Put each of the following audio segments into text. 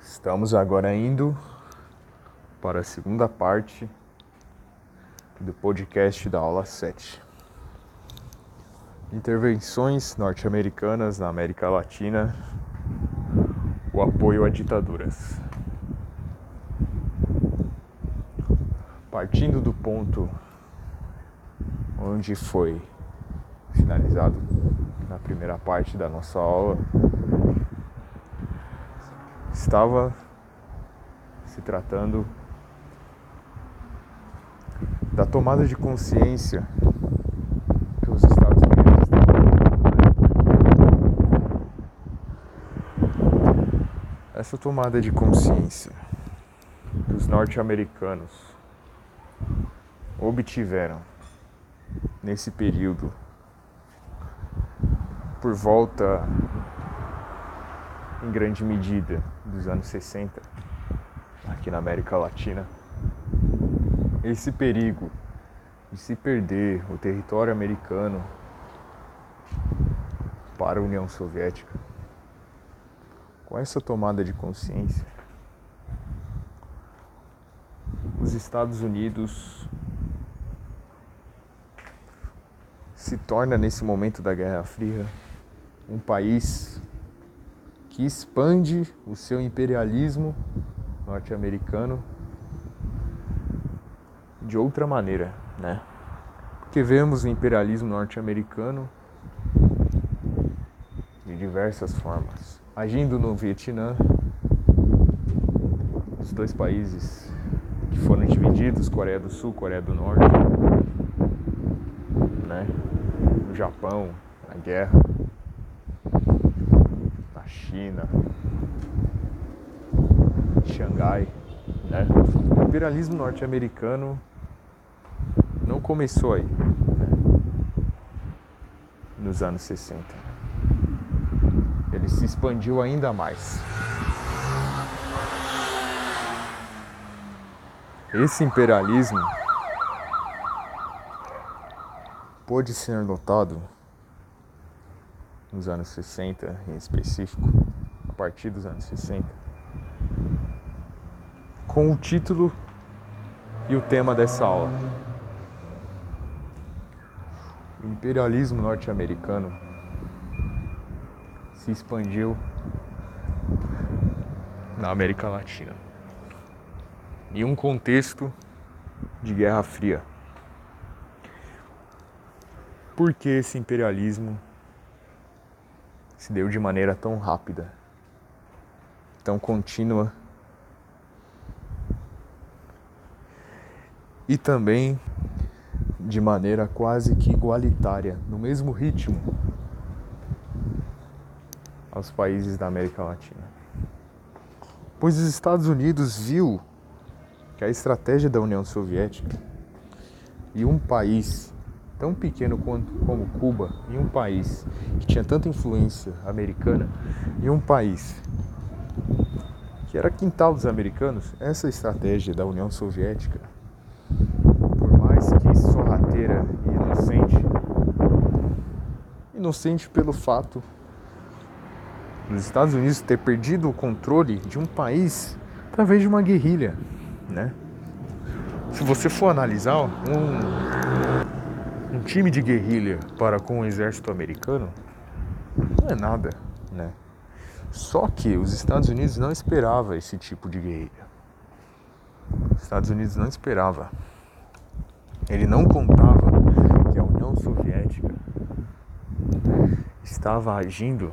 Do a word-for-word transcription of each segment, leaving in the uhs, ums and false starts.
Estamos agora indo para a segunda parte do podcast da aula sete. Intervenções norte-americanas na América Latina, o apoio a ditaduras. Partindo do ponto onde foi finalizado na primeira parte da nossa aula, estava se tratando da tomada de consciência que os Estados Unidos estavam. Essa tomada de consciência que os norte-americanos obtiveram nesse período por volta, em grande medida, dos anos sessenta, aqui na América Latina, esse perigo de se perder o território americano para a União Soviética, com essa tomada de consciência, os Estados Unidos se torna, nesse momento da Guerra Fria, um país que expande o seu imperialismo norte-americano de outra maneira, né? Porque vemos o imperialismo norte-americano de diversas formas, agindo no Vietnã, os dois países que foram divididos, Coreia do Sul, Coreia do Norte, né? No Japão, na guerra, na China, Xangai, né? O imperialismo norte-americano não começou aí, né? Nos anos sessenta. Ele se expandiu ainda mais. Esse imperialismo pôde ser notado nos anos sessenta, em específico, a partir dos anos sessenta, com o título e o tema dessa aula: o imperialismo norte-americano se expandiu na América Latina, em um contexto de Guerra Fria. Por que esse imperialismo se deu de maneira tão rápida, tão contínua e também de maneira quase que igualitária, no mesmo ritmo, aos países da América Latina? Pois os Estados Unidos viu que a estratégia da União Soviética e um país tão pequeno quanto, como Cuba, e um país que tinha tanta influência americana, e um país que era quintal dos americanos, essa estratégia da União Soviética, por mais que sorrateira e inocente, inocente pelo fato dos Estados Unidos ter perdido o controle de um país através de uma guerrilha, né? Se você for analisar um Um time de guerrilha para com o exército americano não é nada, né? Só que os Estados Unidos não esperavam esse tipo de guerrilha. Os Estados Unidos não esperava. Ele não contava que a União Soviética estava agindo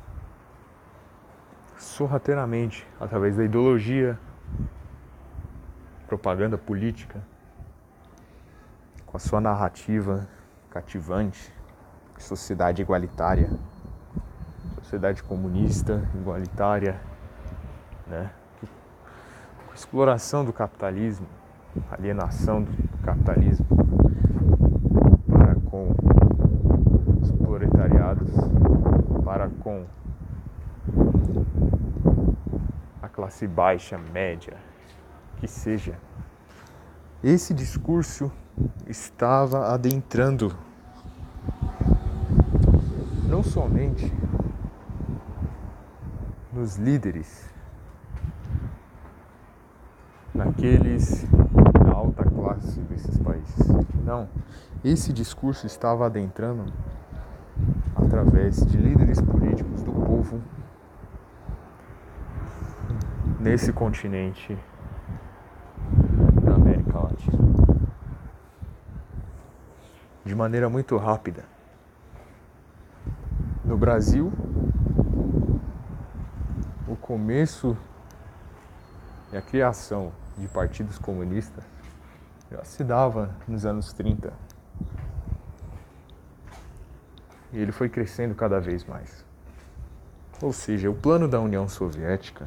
sorrateiramente através da ideologia, propaganda política, com a sua narrativa cativante, sociedade igualitária, sociedade comunista, igualitária, né? Com exploração do capitalismo, alienação do capitalismo para com os proletariados, para com a classe baixa, média, que seja. Esse discurso estava adentrando não somente nos líderes aqueles da alta classe desses países. Não, esse discurso estava adentrando através de líderes políticos do povo nesse continente da América Latina. De maneira muito rápida. No Brasil, o começo e a criação de partidos comunistas já se dava nos anos trinta. E ele foi crescendo cada vez mais. Ou seja, o plano da União Soviética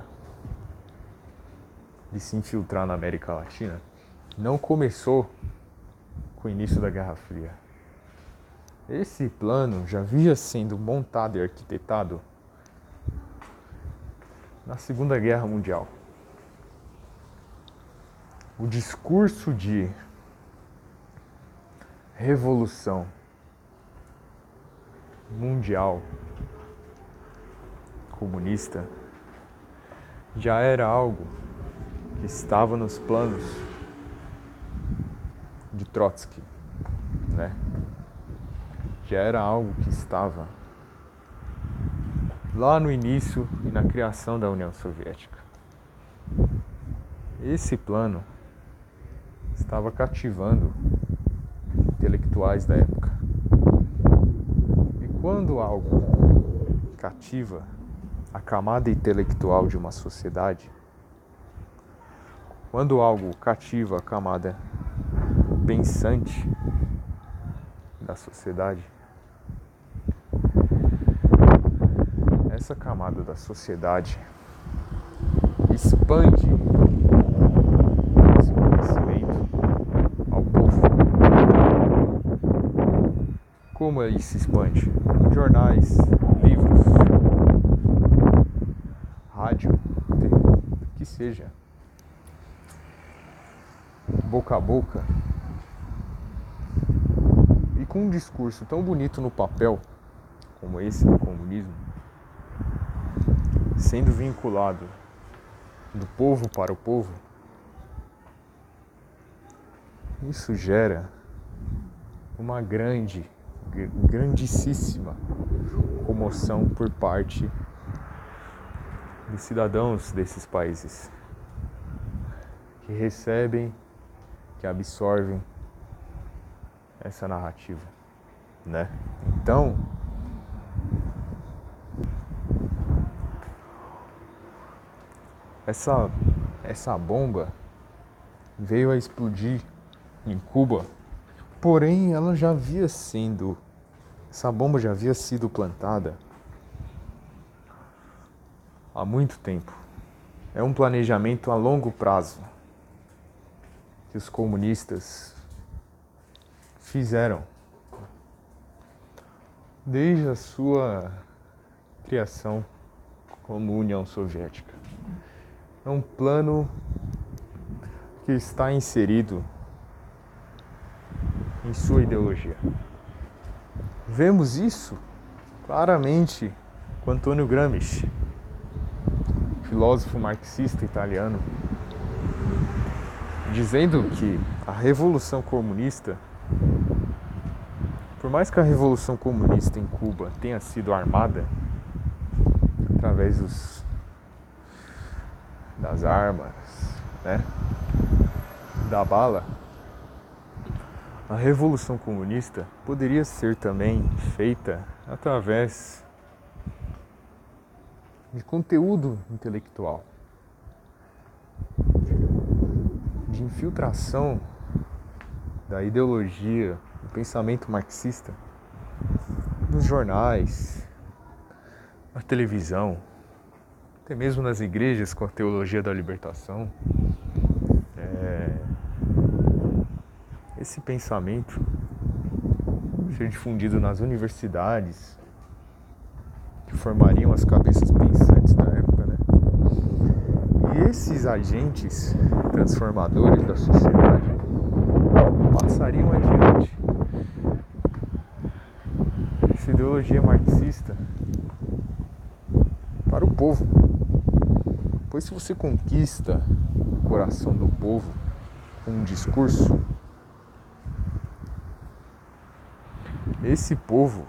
de se infiltrar na América Latina não começou com o início da Guerra Fria. Esse plano já vinha sendo montado e arquitetado na Segunda Guerra Mundial. O discurso de revolução mundial comunista já era algo que estava nos planos de Trotsky, né? Já era algo que estava lá no início e na criação da União Soviética. Esse plano estava cativando intelectuais da época. E quando algo cativa a camada intelectual de uma sociedade, quando algo cativa a camada pensante da sociedade, essa camada da sociedade expande esse conhecimento ao povo. Como ele se expande? Jornais, livros, rádio, o que seja, boca a boca. E com um discurso tão bonito no papel como esse do comunismo, sendo vinculado do povo para o povo, isso gera uma grande, grandíssima comoção por parte dos cidadãos desses países que recebem, que absorvem essa narrativa, né? Então, essa, essa bomba veio a explodir em Cuba, porém ela já havia sido, essa bomba já havia sido plantada há muito tempo. É um planejamento a longo prazo que os comunistas fizeram desde a sua criação como União Soviética. É um plano que está inserido em sua ideologia. Vemos isso claramente com Antonio Gramsci, filósofo marxista italiano, dizendo que a Revolução Comunista, por mais que a Revolução Comunista em Cuba tenha sido armada através dos, das armas, né, da bala, a Revolução Comunista poderia ser também feita através de conteúdo intelectual, de infiltração da ideologia, do pensamento marxista nos jornais, na televisão, até mesmo nas igrejas com a teologia da libertação. É... Esse pensamento ser difundido nas universidades, que formariam as cabeças pensantes da época, né? E esses agentes transformadores da sociedade passariam adiante essa ideologia marxista para o povo. Pois se você conquista coração do povo com um discurso, esse povo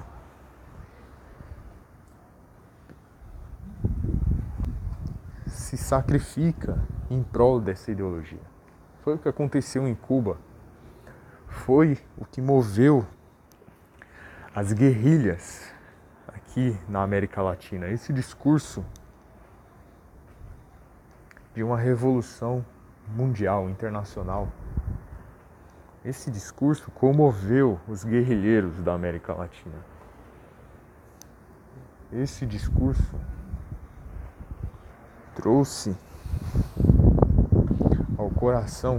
se sacrifica em prol dessa ideologia. Foi o que aconteceu em Cuba. Foi o que moveu as guerrilhas aqui na América Latina. Esse discurso de uma revolução mundial, internacional. Esse discurso comoveu os guerrilheiros da América Latina. Esse discurso trouxe ao coração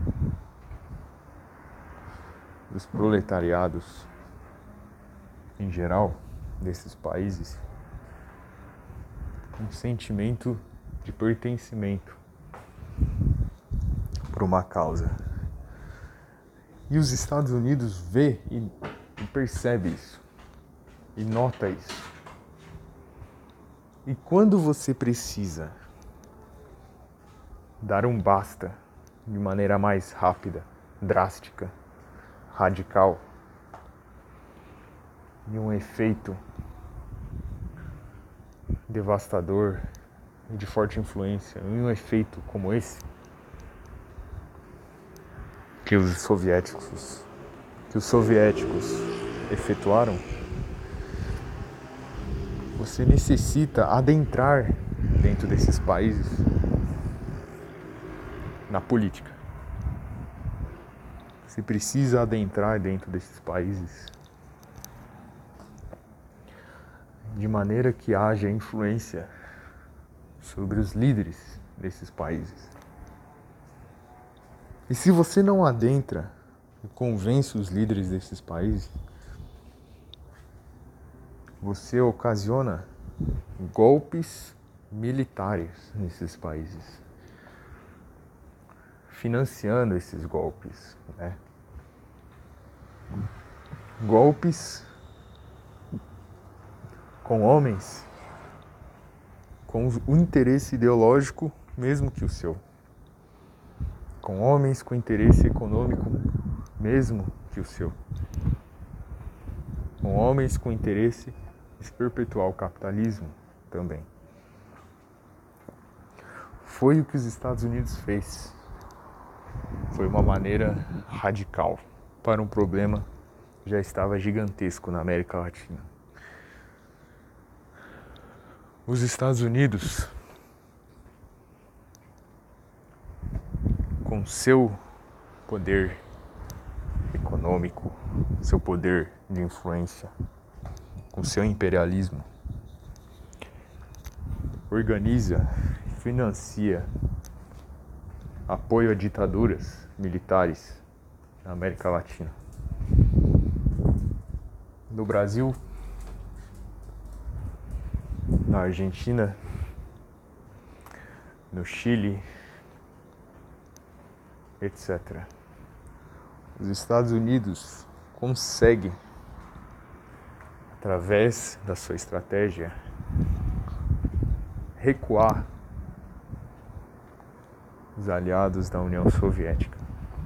dos proletariados em geral desses países um sentimento de pertencimento por uma causa. E os Estados Unidos vê e, e percebe isso, e nota isso. E quando você precisa dar um basta de maneira mais rápida, drástica, radical, e um efeito devastador e de forte influência, e um efeito como esse, que os soviéticos, que os soviéticos efetuaram, você necessita adentrar dentro desses países na política. Você precisa adentrar dentro desses países de maneira que haja influência sobre os líderes desses países. E se você não adentra e convence os líderes desses países, você ocasiona golpes militares nesses países, financiando esses golpes, né? Golpes com homens com o interesse ideológico mesmo que o seu, com homens com interesse econômico mesmo que o seu, com homens com interesse de perpetuar o capitalismo também. Foi o que os Estados Unidos fez. Foi uma maneira radical para um problema que já estava gigantesco na América Latina. Os Estados Unidos, com seu poder econômico, seu poder de influência, com seu imperialismo, organiza, financia apoio a ditaduras militares na América Latina. No Brasil, na Argentina, no Chile, etcétera. Os Estados Unidos conseguem, através da sua estratégia, recuar os aliados da União Soviética.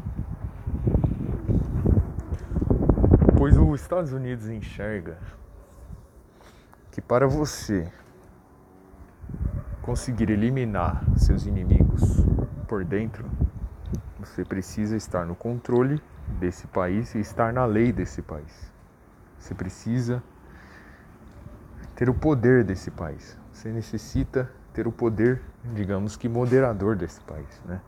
Pois os Estados Unidos enxerga que para você conseguir eliminar seus inimigos por dentro, você precisa estar no controle desse país e estar na lei desse país. Você precisa ter o poder desse país. Você necessita ter o poder, digamos que moderador desse país, né?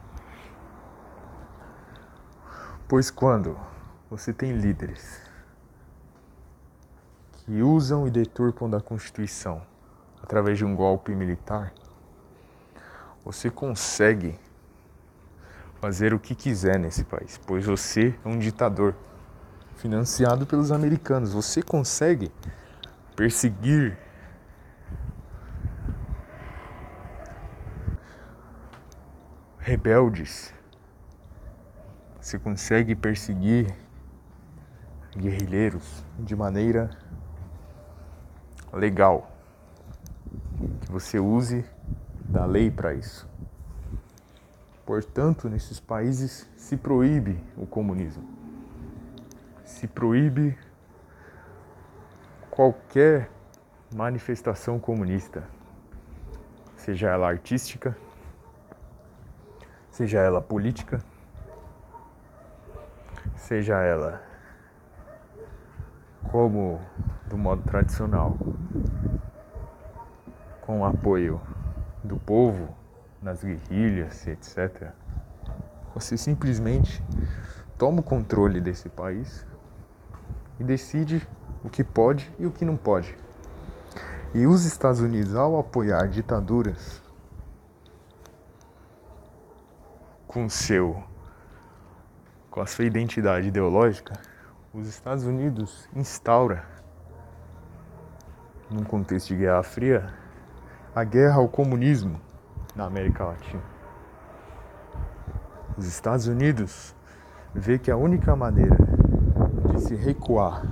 Pois quando você tem líderes que usam e deturpam da Constituição através de um golpe militar, você consegue fazer o que quiser nesse país, pois você é um ditador financiado pelos americanos. Você consegue perseguir rebeldes, você consegue perseguir guerrilheiros de maneira legal, que você use da lei para isso. Portanto, nesses países se proíbe o comunismo. Se proíbe qualquer manifestação comunista, seja ela artística, seja ela política, seja ela como do modo tradicional, com o apoio do povo nas guerrilhas, etcétera. Você simplesmente toma o controle desse país e decide o que pode e o que não pode. E os Estados Unidos, ao apoiar ditaduras com seu, com a sua identidade ideológica, os Estados Unidos instaura, num contexto de Guerra Fria, a guerra ao comunismo na América Latina. Os Estados Unidos vê que a única maneira de se recuar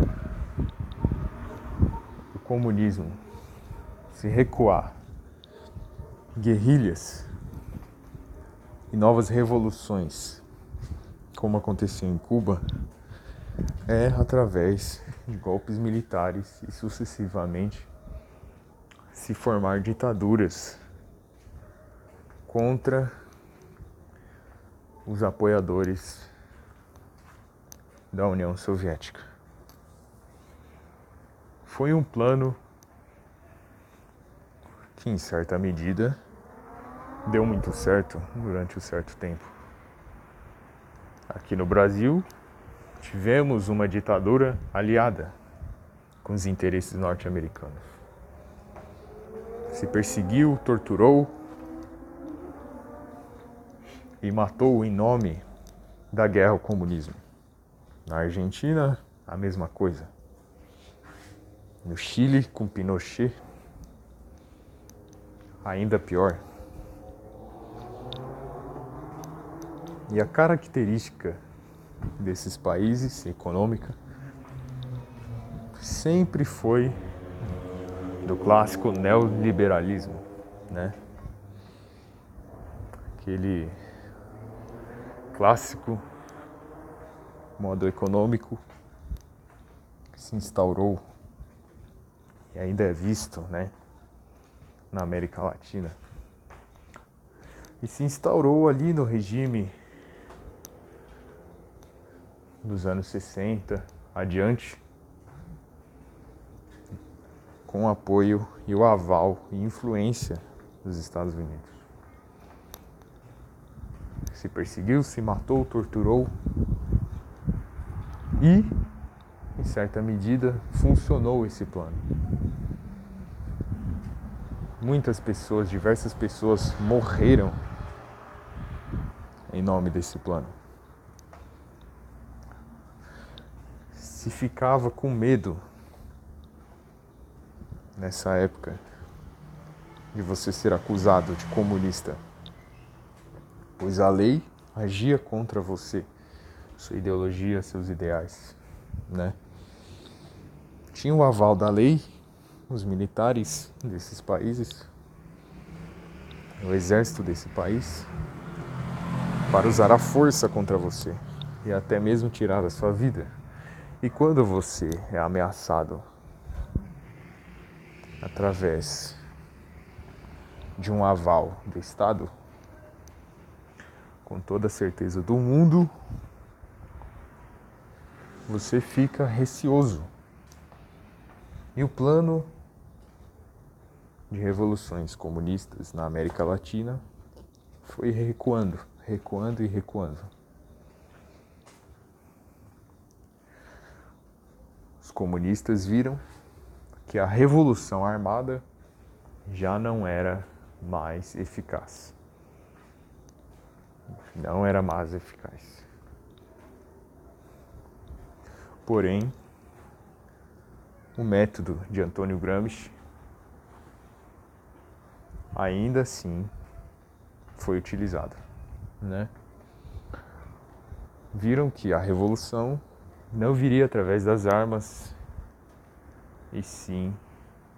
o comunismo, se recuar guerrilhas e novas revoluções, como aconteceu em Cuba, é através de golpes militares e sucessivamente se formar ditaduras contra os apoiadores da União Soviética. Foi um plano que, em certa medida, deu muito certo durante um certo tempo. Aqui no Brasil, tivemos uma ditadura aliada com os interesses norte-americanos. Se perseguiu, torturou e matou em nome da guerra ao comunismo. Na Argentina, a mesma coisa. No Chile, com Pinochet, ainda pior. E a característica desses países, econômica, sempre foi do clássico neoliberalismo, né? Aquele clássico modo econômico que se instaurou e ainda é visto, né, na América Latina. E se instaurou ali no regime dos anos sessenta adiante, com o apoio e o aval e influência dos Estados Unidos. Se perseguiu, se matou, torturou e, em certa medida, funcionou esse plano. Muitas pessoas, diversas pessoas morreram em nome desse plano. Se ficava com medo nessa época de você ser acusado de comunista, pois a lei agia contra você, sua ideologia, seus ideais, né? Tinha o aval da lei, os militares desses países, o exército desse país, para usar a força contra você e até mesmo tirar a sua vida. E quando você é ameaçado através de um aval do Estado, com toda a certeza do mundo, você fica receoso. E o plano de revoluções comunistas na América Latina foi recuando, recuando e recuando. Os comunistas viram que a revolução armada já não era mais eficaz. Não era mais eficaz. Porém, o método de Antônio Gramsci ainda assim foi utilizado, né? Viram que a revolução não viria através das armas, e sim,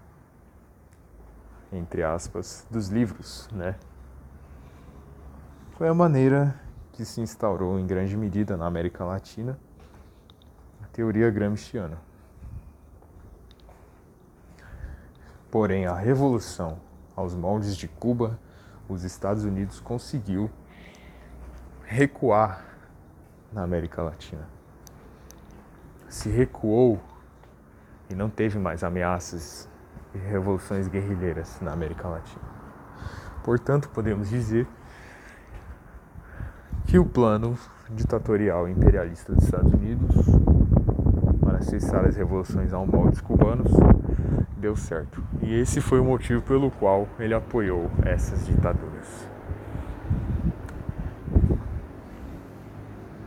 entre aspas, dos livros, né? foi a maneira que se instaurou em grande medida na América Latina a teoria gramsciana. Porém, a revolução aos moldes de Cuba, os Estados Unidos conseguiu recuar na América Latina. Se recuou e não teve mais ameaças e revoluções guerrilheiras na América Latina. Portanto, podemos dizer que o plano ditatorial e imperialista dos Estados Unidos para cessar as revoluções aos moldes cubanos deu certo. E esse foi o motivo pelo qual ele apoiou essas ditaduras.